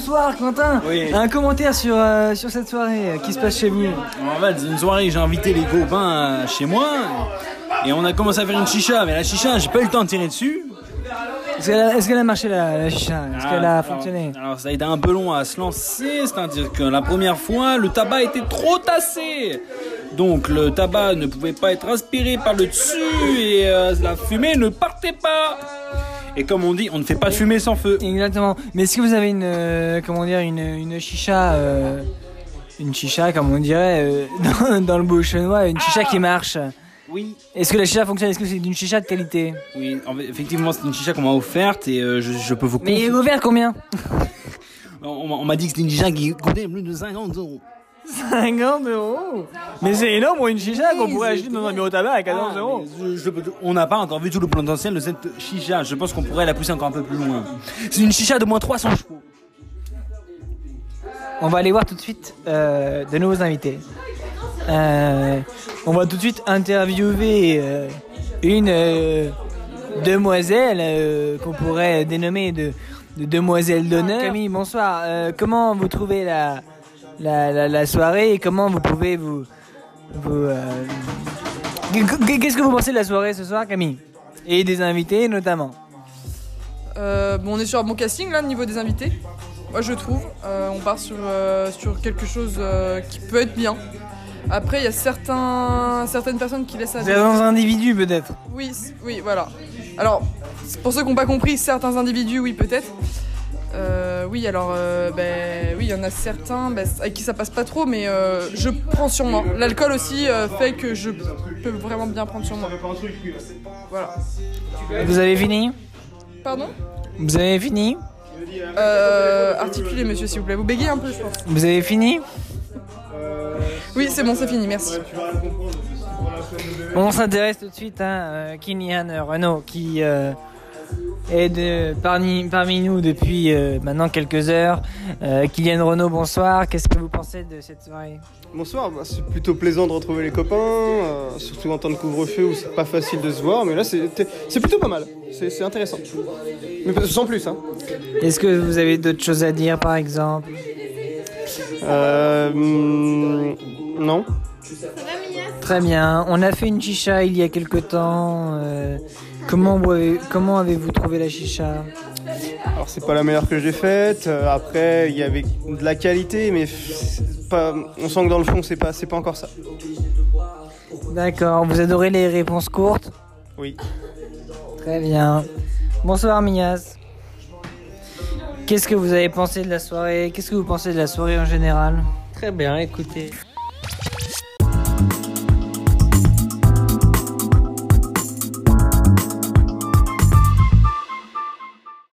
bonsoir Quentin. Oui. Un commentaire sur cette soirée qui se passe chez vous. En fait, c'est une soirée, j'ai invité les copains chez moi et on a commencé à faire une chicha, mais la chicha, j'ai pas eu le temps de tirer dessus. Est-ce qu'elle a marché la chicha? Est-ce qu'elle a fonctionné? Alors ça a été un peu long à se lancer, c'est-à-dire que la première fois, le tabac était trop tassé. Donc le tabac ne pouvait pas être aspiré par le dessus et la fumée ne partait pas. Et comme on dit, on ne fait pas de fumée sans feu. Exactement. Mais est-ce que vous avez une chicha, comme on dirait dans le beauchenois, une chicha qui marche? Oui. Est-ce que la chicha fonctionne? Est-ce que c'est une chicha de qualité? Oui, effectivement, c'est une chicha qu'on m'a offerte et je peux vous Mais ouvert combien? On m'a dit que c'était une chicha qui coûtait plus de 50 €. 50 €? Mais c'est énorme pour une chicha qu'on pourrait acheter dans un bureau tabac à 14 €. On n'a pas encore vu tout le potentiel de cette chicha. Je pense qu'on pourrait la pousser encore un peu plus loin. C'est une chicha de moins 300 chevaux. On va aller voir tout de suite de nouveaux invités. On va tout de suite interviewer une demoiselle qu'on pourrait dénommer de demoiselle d'honneur. Camille, bonsoir. Comment vous trouvez la soirée et comment vous pouvez qu'est-ce que vous pensez de la soirée ce soir, Camille? Et des invités notamment. On est sur un bon casting là au niveau des invités. Moi je trouve. On part sur quelque chose qui peut être bien. Après il y a certaines personnes qui laissent à C'est dans un individu peut-être. Oui, voilà. Alors pour ceux qui n'ont pas compris, certains individus oui peut-être. Oui, alors, oui, il y en a certains avec qui ça passe pas trop, mais je prends sur moi. L'alcool aussi fait que je peux vraiment bien prendre sur moi. Voilà. Vous avez fini? Pardon? Vous avez fini? Articulez, monsieur, s'il vous plaît. Vous bégayez un peu, je pense. Vous avez fini? Oui, c'est bon, c'est fini, merci. On s'intéresse tout de suite à Kylian Renaud qui est parmi nous depuis maintenant quelques heures. Kylian Renaud, bonsoir. Qu'est-ce que vous pensez de cette soirée? Bonsoir, c'est plutôt plaisant de retrouver les copains, surtout en temps de couvre-feu où c'est pas facile de se voir, mais là c'est plutôt pas mal, c'est intéressant. Mais sans plus, hein. Est-ce que vous avez d'autres choses à dire par exemple? Non. Très bien, on a fait une chicha il y a quelque temps. Comment avez-vous trouvé la chicha? Alors c'est pas la meilleure que j'ai faite, après il y avait de la qualité, mais on sent que dans le fond c'est pas encore ça. D'accord, vous adorez les réponses courtes? Oui. Très bien. Bonsoir Mias. Qu'est-ce que vous avez pensé de la soirée? Qu'est-ce que vous pensez de la soirée en général? Très bien, écoutez.